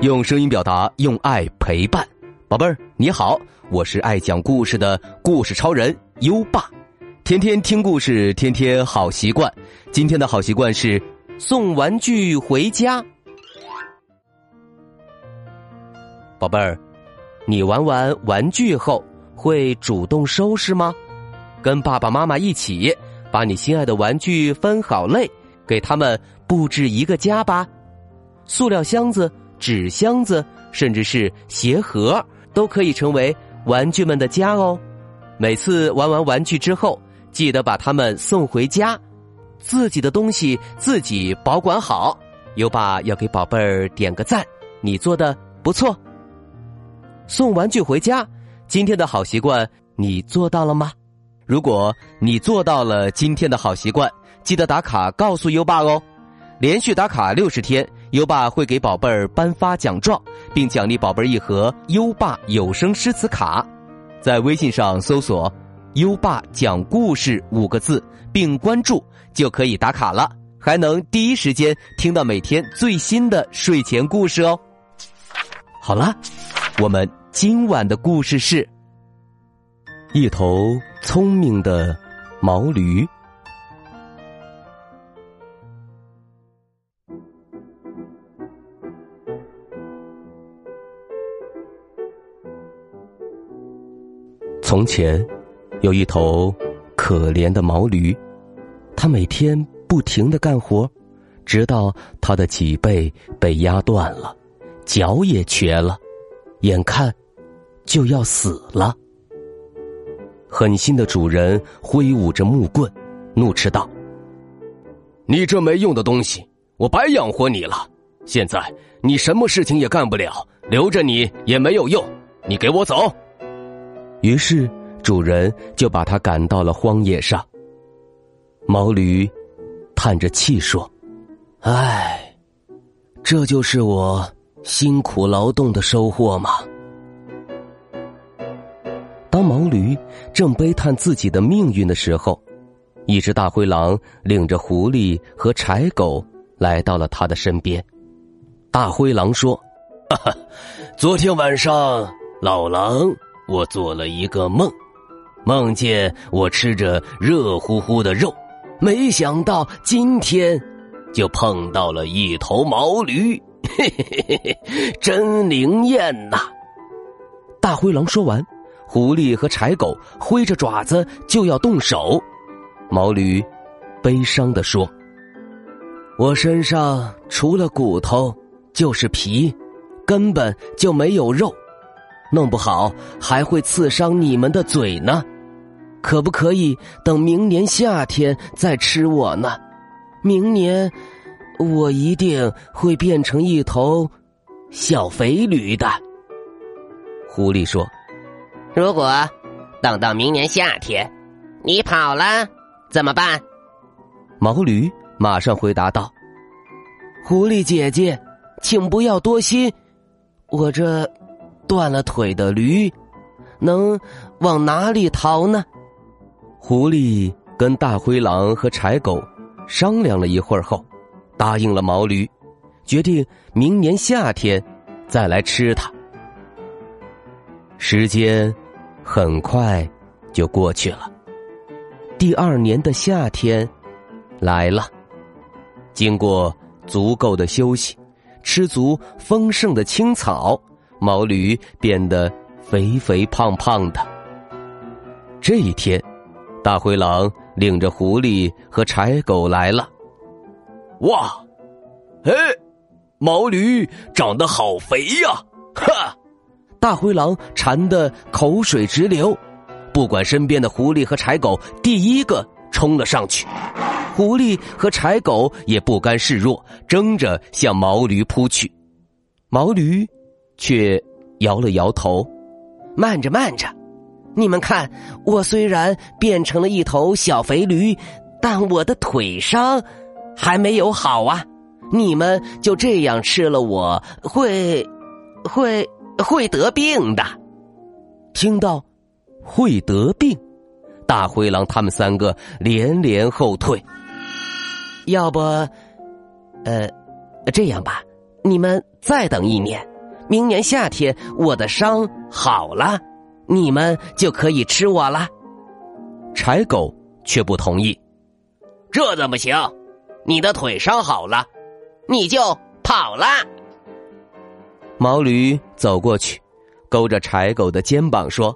用声音表达，用爱陪伴。宝贝儿，你好，我是爱讲故事的故事超人优爸。天天听故事，天天好习惯。今天的好习惯是送玩具回家。宝贝儿，你玩完玩具后会主动收拾吗？跟爸爸妈妈一起把你心爱的玩具分好类，给他们布置一个家吧。塑料箱子、纸箱子，甚至是鞋盒，都可以成为玩具们的家哦。每次玩完玩具之后，记得把它们送回家，自己的东西自己保管好。优爸要给宝贝儿点个赞，你做的不错。送玩具回家，今天的好习惯你做到了吗？如果你做到了今天的好习惯，记得打卡告诉优爸哦。连续打卡60天，优爸会给宝贝儿颁发奖状，并奖励宝贝儿一盒优爸有声诗词卡。在微信上搜索优爸讲故事5个字并关注，就可以打卡了，还能第一时间听到每天最新的睡前故事哦。好了，我们今晚的故事是一头聪明的毛驴。从前有一头可怜的毛驴，它每天不停地干活，直到它的脊背被压断了，脚也瘸了，眼看就要死了。狠心的主人挥舞着木棍，怒斥道：你这没用的东西，我白养活你了，现在你什么事情也干不了，留着你也没有用，你给我走。于是主人就把他赶到了荒野上。毛驴叹着气说：唉，这就是我辛苦劳动的收获吗？当毛驴正悲叹自己的命运的时候，一只大灰狼领着狐狸和柴狗来到了他的身边。大灰狼说：哈哈，昨天晚上老狼，我做了一个梦，梦见我吃着热乎乎的肉，没想到今天就碰到了一头毛驴，嘿嘿嘿嘿，真灵验呐！大灰狼说完，狐狸和柴狗挥着爪子就要动手。毛驴悲伤地说：我身上除了骨头就是皮，根本就没有肉，弄不好还会刺伤你们的嘴呢。可不可以等明年夏天再吃我呢？明年我一定会变成一头小肥驴的。狐狸说： 如果等到明年夏天你跑了怎么办？ 毛驴马上回答道：狐狸姐姐，请不要多心，我这断了腿的驴能往哪里逃呢？狐狸跟大灰狼和柴狗商量了一会儿后，答应了毛驴，决定明年夏天再来吃它。时间很快就过去了，第2年的夏天来了。经过足够的休息，吃足丰盛的青草，毛驴变得肥肥胖胖的。这一天，大灰狼领着狐狸和柴狗来了。哇，哎，毛驴长得好肥呀！哈！大灰狼馋得口水直流，不管身边的狐狸和柴狗，第一个冲了上去。狐狸和柴狗也不甘示弱，争着向毛驴扑去。毛驴却摇了摇头：慢着慢着，你们看，我虽然变成了一头小肥驴，但我的腿伤还没有好啊，你们就这样吃了我会得病的。听到会得病，大灰狼他们3个连连后退。要不这样吧，你们再等1年， 明年夏天我的伤好了，你们就可以吃我了。 柴狗却不同意。 这怎么行？你的腿伤好了，你就跑了。 毛驴走过去，勾着柴狗的肩膀说：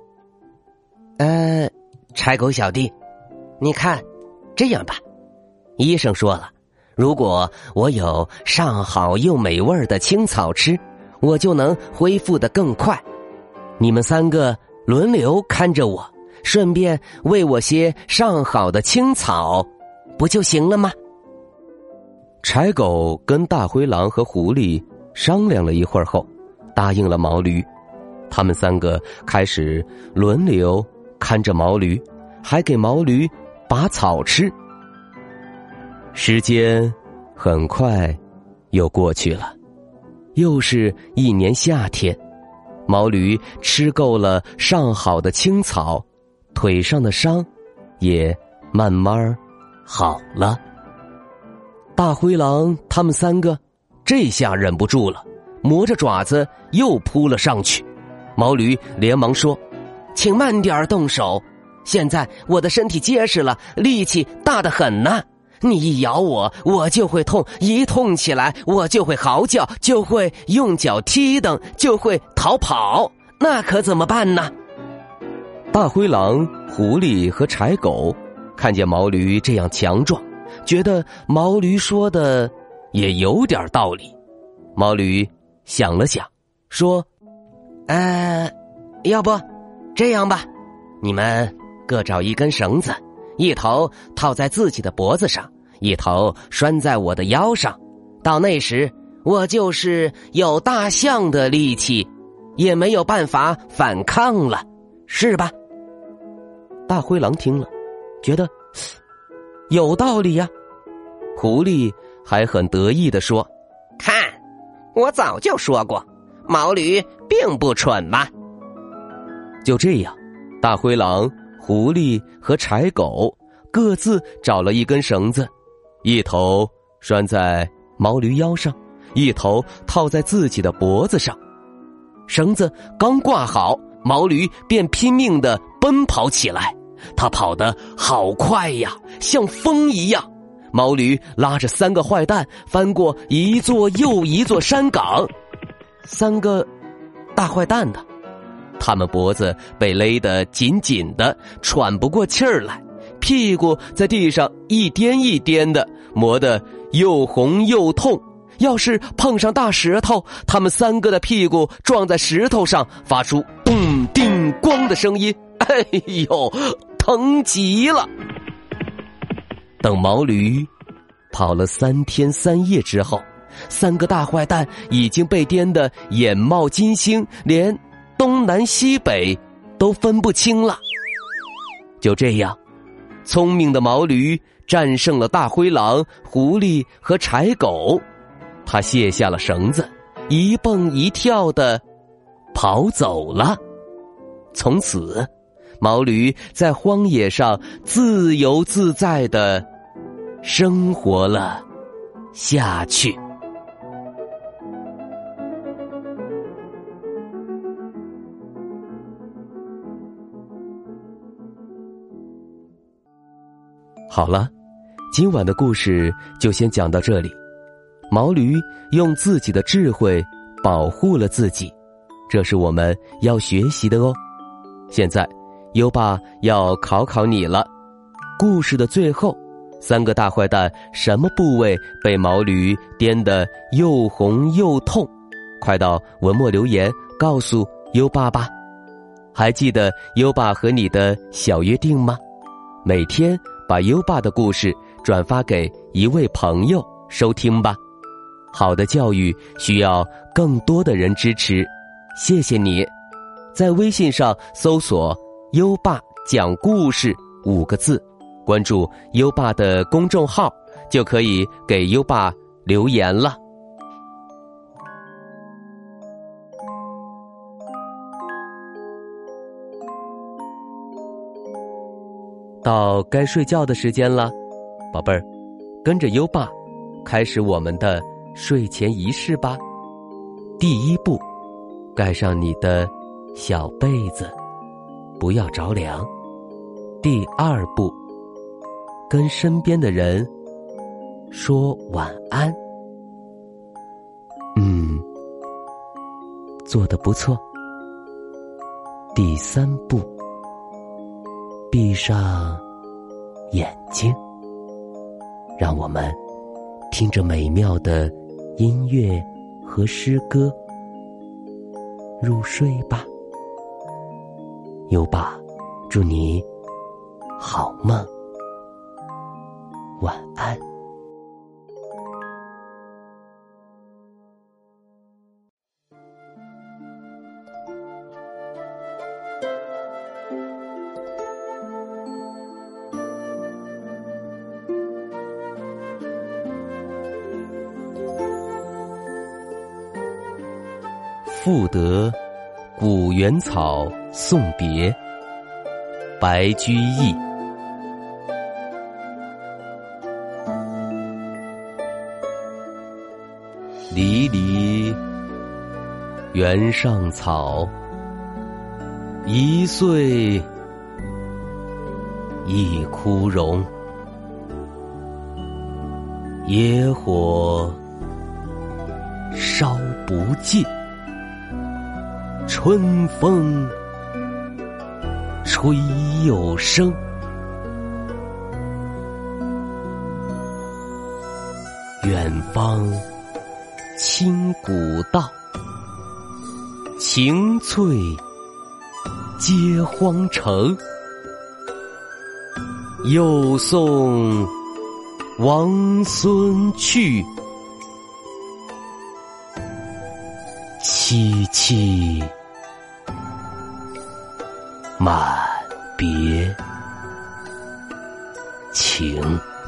柴狗小弟，你看，这样吧，医生说了，如果我有上好又美味的青草吃，我就能恢复得更快。你们3个轮流看着我，顺便喂我些上好的青草，不就行了吗？ 柴狗跟大灰狼和狐狸商量了一会儿后，答应了毛驴。他们3个开始轮流看着毛驴，还给毛驴拔草吃。时间很快又过去了，又是一年夏天。毛驴吃够了上好的青草，腿上的伤也慢慢好了。大灰狼他们3个这下忍不住了，磨着爪子又扑了上去。毛驴连忙说：请慢点动手，现在我的身体结实了，力气大得很呢。你一咬我，我就会痛，一痛起来我就会嚎叫，就会用脚踢蹬，就会逃跑，那可怎么办呢？大灰狼、狐狸和柴狗看见毛驴这样强壮，觉得毛驴说的也有点道理。毛驴想了想，说： 要不这样吧，你们各找一根绳子，一头套在自己的脖子上，一头拴在我的腰上，到那时我就是有大象的力气，也没有办法反抗了，是吧？ 大灰狼听了，觉得有道理呀。狐狸还很得意地说： 看，我早就说过，毛驴并不蠢嘛。 就这样，大灰狼、狐狸和柴狗各自找了一根绳子，一头拴在毛驴腰上，一头套在自己的脖子上。绳子刚挂好，毛驴便拼命地奔跑起来，他跑得好快呀，像风一样。毛驴拉着3个坏蛋翻过一座又一座山岗。3个大坏蛋的，他们脖子被勒得紧紧的，喘不过气儿来，屁股在地上一颠一颠的，磨得又红又痛。要是碰上大石头，他们3个的屁股撞在石头上，发出咚叮咣的声音，哎呦，疼极了。等毛驴跑了3天3夜之后，3个大坏蛋已经被颠得眼冒金星，连东南西北都分不清了。就这样，聪明的毛驴战胜了大灰狼、狐狸和柴狗，他卸下了绳子，一蹦一跳地跑走了。从此，毛驴在荒野上自由自在地生活了下去。好了，今晚的故事就先讲到这里。毛驴用自己的智慧保护了自己，这是我们要学习的哦。现在优爸要考考你了，故事的最后，3个大坏蛋什么部位被毛驴颠得又红又痛？快到文末留言告诉优爸吧。还记得优爸和你的小约定吗？每天把优爸的故事转发给一位朋友收听吧。好的教育需要更多的人支持，谢谢你。在微信上搜索优爸讲故事5个字，关注优爸的公众号，就可以给优爸留言了。到该睡觉的时间了，宝贝儿，跟着优爸开始我们的睡前仪式吧。第一步， 盖上你的小被子，不要着凉。第二步，跟身边的人说晚安。做得不错。第三步，闭上眼睛，让我们听着美妙的音乐和诗歌入睡吧。优爸，祝你好梦，晚安。赋得古原草送别，白居易。离离原上草，一岁一枯荣。野火烧不尽，春风吹又生。远方清古道，晴翠接荒城。又送王孙去，萋萋满别情。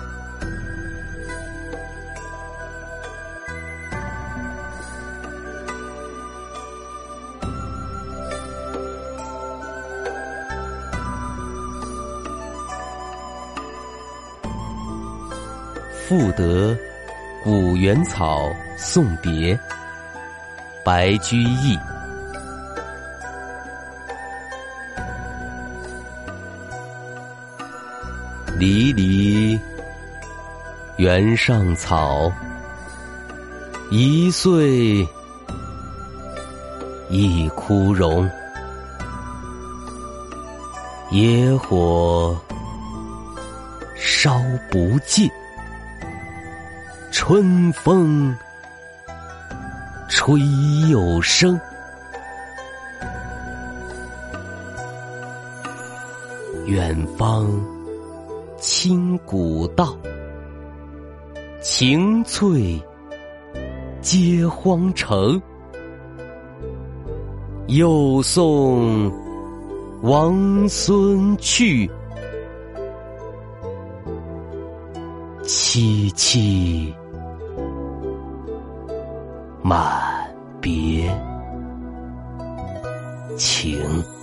赋得古原草送别，白居易。离离原上草，一岁一枯荣。野火烧不尽，春风吹又生。远方清古道，晴翠接荒城。又送王孙去，萋萋满别情。